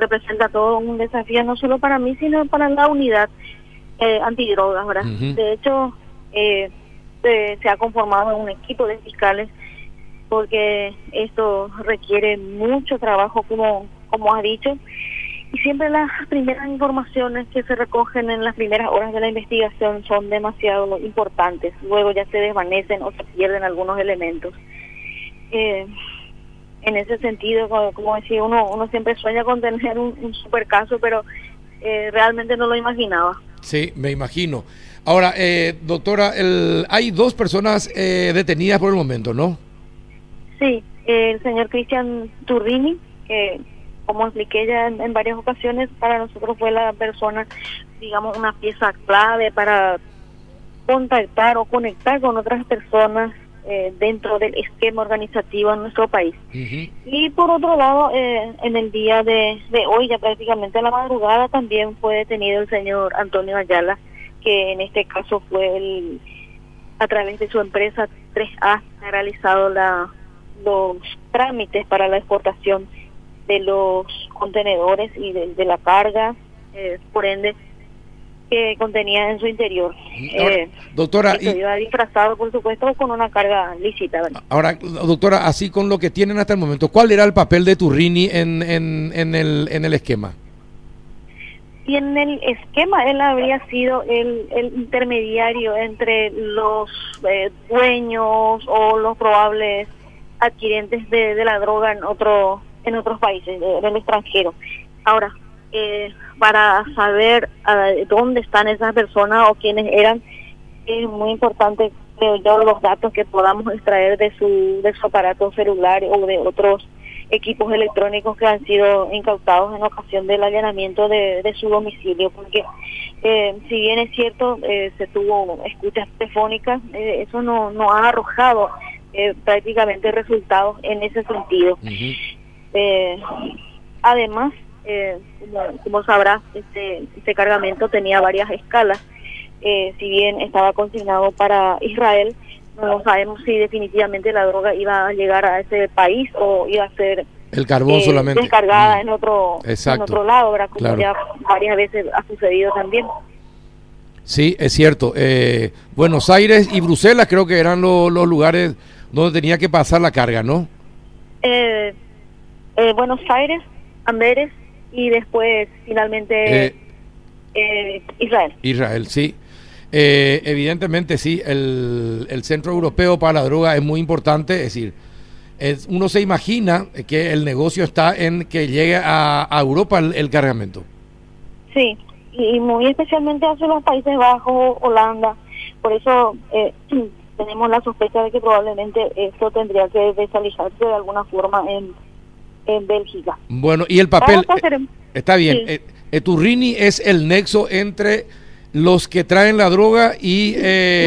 representa todo un desafío, no solo para mí, sino para la unidad antidrogas, ¿verdad? De hecho, se ha conformado un equipo de fiscales porque esto requiere mucho trabajo, como has dicho, y siempre las primeras informaciones que se recogen en las primeras horas de la investigación son demasiado importantes, luego ya se desvanecen o se pierden algunos elementos. En ese sentido, como decía, uno siempre sueña con tener un super caso, pero realmente no lo imaginaba. Sí, me imagino. Ahora, doctora, hay 2 personas detenidas por el momento, ¿no? Sí, el señor Cristian Turrini, que como expliqué ya en varias ocasiones, para nosotros fue la persona, digamos, una pieza clave para contactar o conectar con otras personas dentro del esquema organizativo en nuestro país. Y por otro lado, en el día de hoy, ya prácticamente a la madrugada, también fue detenido el señor Antonio Ayala, que en este caso fue a través de su empresa 3A, ha realizado los trámites para la exportación de los contenedores y de la carga, por ende, que contenía en su interior. Ahora, doctora, iba disfrazado, por supuesto, con una carga lícita, ¿verdad? Ahora, doctora, así con lo que tienen hasta el momento, ¿cuál era el papel de Turrini en el esquema? Y en el esquema él habría sido el intermediario entre los dueños o los probables adquirentes de la droga en otros países, del extranjero. Ahora, para saber dónde están esas personas o quiénes eran, es muy importante, creo yo, los datos que podamos extraer de su aparato celular o de otros equipos electrónicos que han sido incautados en ocasión del allanamiento de su domicilio, porque si bien es cierto, se tuvo escuchas telefónicas, eso no ha arrojado prácticamente resultados en ese sentido. Además, como sabrás, este cargamento tenía varias escalas. Si bien estaba consignado para Israel, no sabemos si definitivamente la droga iba a llegar a ese país o iba a ser el carbón solamente descargada en otro lado, ¿verdad? Como claro, ya varias veces ha sucedido también. Sí, es cierto. Buenos Aires y Bruselas creo que eran los lugares donde tenía que pasar la carga, ¿no? Buenos Aires, Amberes y después finalmente Israel, sí. Evidentemente sí, el Centro Europeo para la Droga es muy importante, es decir, uno se imagina que el negocio está en que llegue a Europa el cargamento. Sí, y muy especialmente hacia los Países Bajos, Holanda, por eso tenemos la sospecha de que probablemente esto tendría que desalizarse de alguna forma en Bélgica. Bueno, y el papel, está bien, sí. Turrini es el nexo entre los que traen la droga y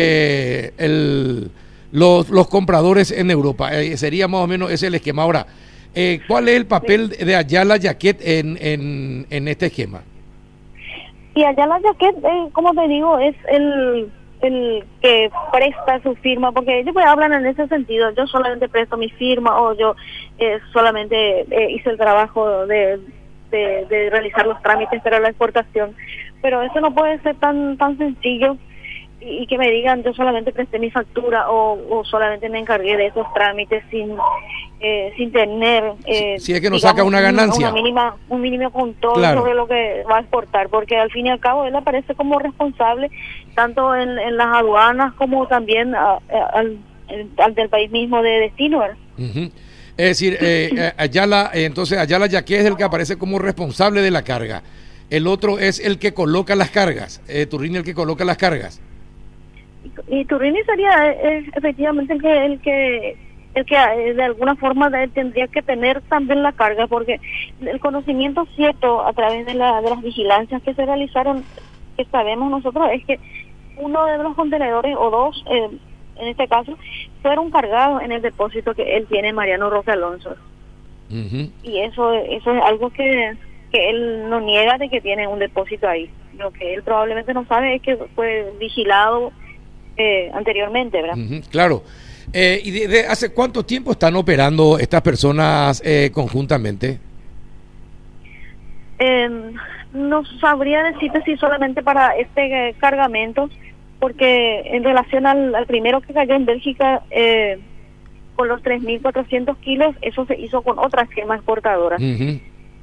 los compradores en Europa. Sería más o menos ese el esquema. Ahora, ¿cuál es el papel de Ayala Yaquet en este esquema? Y Ayala Yaquet, como te digo, es el que presta su firma, porque ellos pues hablan en ese sentido: yo solamente presto mi firma, o yo solamente hice el trabajo de realizar los trámites para la exportación. Pero eso no puede ser tan sencillo y que me digan yo solamente presté mi factura o solamente me encargué de esos trámites sin tener si es que nos saca una ganancia, un mínimo control, claro, sobre lo que va a exportar, porque al fin y al cabo él aparece como responsable tanto en las aduanas como también al del país mismo de destino, ¿verdad? Es decir, Ayala Yaquet es el que aparece como responsable de la carga. El otro es el que coloca las cargas, Turrini el que coloca las cargas. Y Turrini sería efectivamente el que de alguna forma tendría que tener también la carga, porque el conocimiento cierto a través de las vigilancias que se realizaron, que sabemos nosotros, es que uno de los contenedores o dos, en este caso, fueron cargados en el depósito que él tiene, Mariano Roque Alonso. Y eso es algo que él no niega, de que tiene un depósito ahí. Lo que él probablemente no sabe es que fue vigilado anteriormente, ¿verdad? Claro. ¿Y de hace cuánto tiempo están operando estas personas conjuntamente? No sabría decirte si solamente para este cargamento, porque en relación al primero que cayó en Bélgica, con los 3.400 kilos, eso se hizo con otra firma exportadora. Ujú.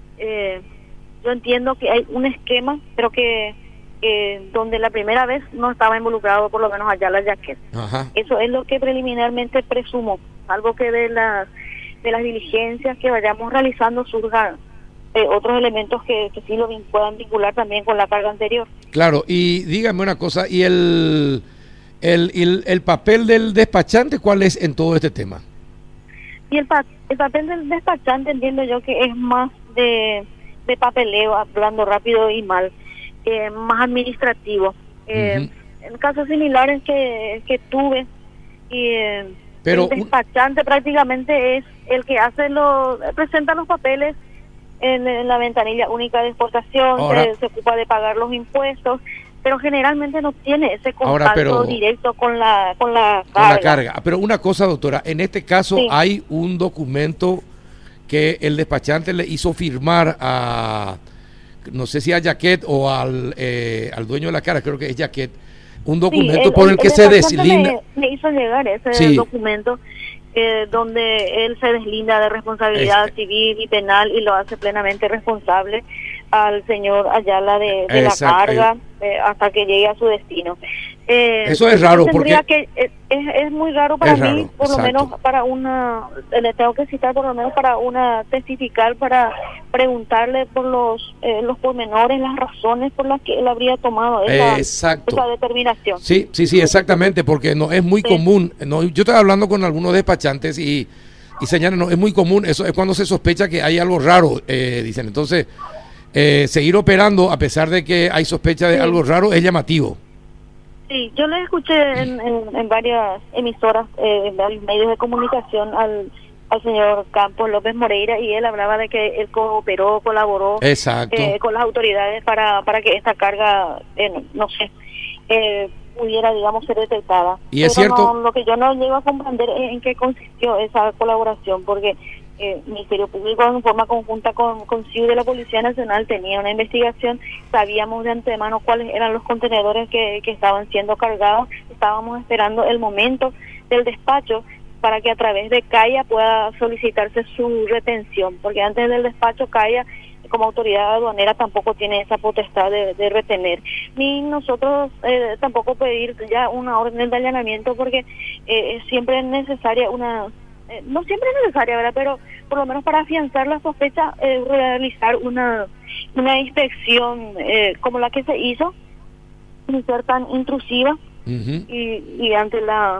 Yo entiendo que hay un esquema, pero que donde la primera vez no estaba involucrado, por lo menos allá la Jaquet. Ajá. Eso es lo que preliminarmente presumo, algo que de las diligencias que vayamos realizando surjan otros elementos que sí lo puedan vincular también con la carga anterior. Claro, y dígame una cosa, ¿y el papel del despachante cuál es en todo este tema? Y el papel del despachante entiendo yo que es más de papeleo, hablando rápido y mal, más administrativo. En casos similares que tuve, Pero el despachante prácticamente es el que presenta los papeles en la ventanilla única de exportación, se ocupa de pagar los impuestos, pero generalmente no tiene ese contacto directo con la carga. Pero una cosa, doctora, en este caso sí, hay un documento que el despachante le hizo firmar a, no sé si a Jaquet o al dueño de la carga, creo que es Jaquet, un documento por el que se deslinda. Me hizo llegar ese documento donde él se deslinda de responsabilidad civil y penal y lo hace plenamente responsable al señor Ayala de la carga hasta que llegue a su destino. Eso es raro porque es muy raro para mí, por lo menos para le tengo que citar por lo menos para testificar, para preguntarle por los pormenores, las razones por las que él habría tomado esa determinación. Sí, exactamente, porque no es muy común. No, yo estoy hablando con algunos despachantes y señalan, no es muy común, eso es cuando se sospecha que hay algo raro, dicen. Entonces, seguir operando a pesar de que hay sospecha de algo raro es llamativo. Sí, yo le escuché en varias emisoras, en varios medios de comunicación al señor Campos López Moreira, y él hablaba de que él colaboró con las autoridades para que esta carga, pudiera, digamos, ser detectada. Y es cierto. Lo que yo no llego a comprender es en qué consistió esa colaboración, porque el Ministerio Público en forma conjunta con CIU de la Policía Nacional tenía una investigación, sabíamos de antemano cuáles eran los contenedores que estaban siendo cargados, estábamos esperando el momento del despacho para que a través de CAIA pueda solicitarse su retención, porque antes del despacho CAIA como autoridad aduanera tampoco tiene esa potestad de retener, ni nosotros tampoco pedir ya una orden de allanamiento, porque siempre es necesaria no siempre es necesaria, ¿verdad? Pero por lo menos para afianzar la sospecha, realizar una inspección como la que se hizo, sin ser tan intrusiva, y ante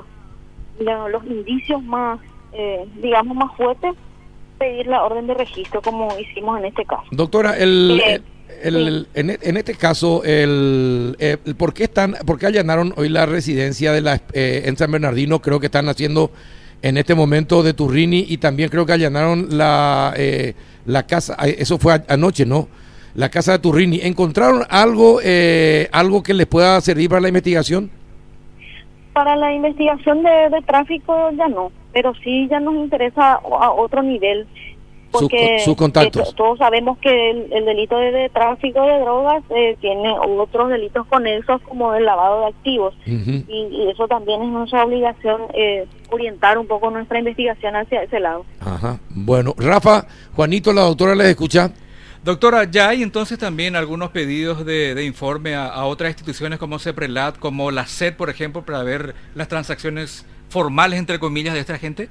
los indicios más, digamos, más fuertes, pedir la orden de registro como hicimos en este caso. Doctora, en este caso, ¿por qué allanaron hoy la residencia de en San Bernardino? Creo que están haciendo en este momento de Turrini, y también creo que allanaron la casa, eso fue anoche, ¿no? La casa de Turrini. ¿Encontraron algo que les pueda servir para la investigación? Para la investigación de tráfico ya no, pero sí ya nos interesa a otro nivel, porque sus contactos. Todos sabemos que el delito de tráfico de drogas tiene otros delitos conexos como el lavado de activos, y eso también es nuestra obligación, orientar un poco nuestra investigación hacia ese lado. Ajá. Bueno, Rafa, Juanito, la doctora les escucha. Doctora, ya hay entonces también algunos pedidos de informe a otras instituciones como CEPRELAT, como la SED, por ejemplo, para ver las transacciones formales, entre comillas, de esta gente.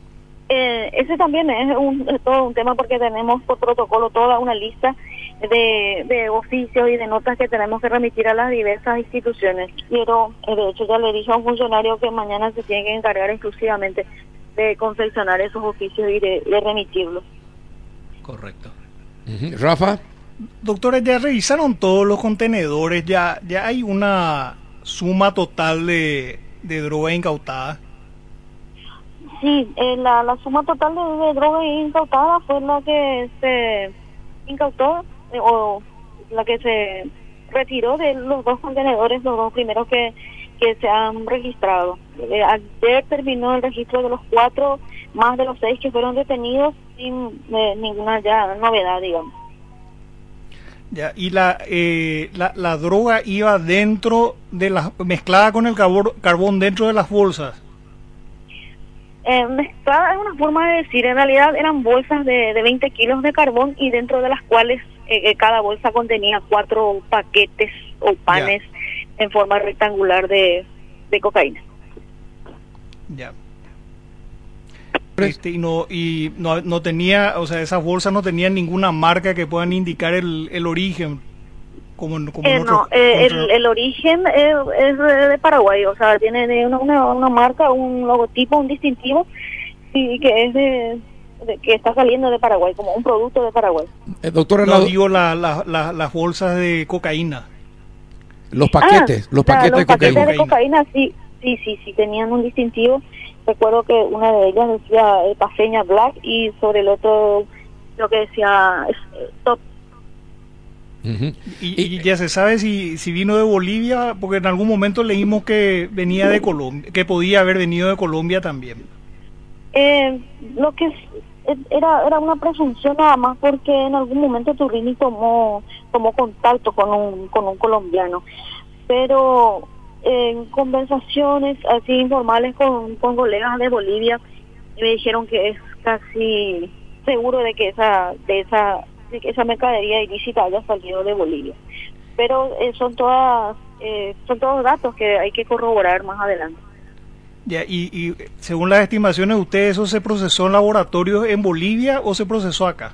Ese también es todo un tema, porque tenemos por protocolo toda una lista de oficios y de notas que tenemos que remitir a las diversas instituciones. Pero, de hecho, ya le dije a un funcionario que mañana se tiene que encargar exclusivamente de confeccionar esos oficios y de remitirlos. Correcto. Rafa. Doctora, ya revisaron todos los contenedores, ya hay una suma total de droga incautada. Sí, la suma total de droga incautada fue la que se incautó, o la que se retiró de los dos contenedores, los dos primeros que se han registrado. Ayer terminó el registro de los 4, más de los 6 que fueron detenidos, sin ninguna ya novedad, digamos. Ya, y la droga iba dentro de las, mezclada con el carbón dentro de las bolsas. Mezclada es una forma de decir, en realidad eran bolsas de 20 kilos de carbón y dentro de las cuales cada bolsa contenía 4 paquetes o panes en forma rectangular de cocaína. Ya. Y no tenía, o sea, esas bolsas no tenían ninguna marca que puedan indicar el origen. Como no, el origen es de Paraguay, o sea, tiene una marca, un logotipo, un distintivo, y que es que está saliendo de Paraguay, como un producto de Paraguay. Doctora, no digo las bolsas de cocaína. Los paquetes de cocaína. Los paquetes de cocaína sí, tenían un distintivo. Recuerdo que una de ellas decía Paseña Black y sobre el otro lo que decía Top. Uh-huh. Y ya se sabe si vino de Bolivia, porque en algún momento leímos que venía de Colombia, que podía haber venido de Colombia también. Lo que era una presunción nada más, porque en algún momento Turrini tomó contacto con un colombiano, pero en conversaciones así informales con colegas de Bolivia me dijeron que es casi seguro de que esa mercadería ilícita haya salido de Bolivia, pero son todos datos que hay que corroborar más adelante. Ya, y según las estimaciones de ustedes, ¿eso se procesó en laboratorios en Bolivia o se procesó acá?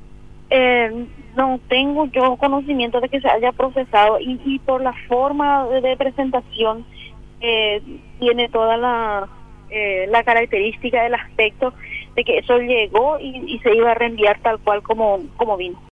No tengo yo conocimiento de que se haya procesado y por la forma de presentación tiene toda la característica del aspecto de que eso llegó y se iba a reenviar tal cual como vino.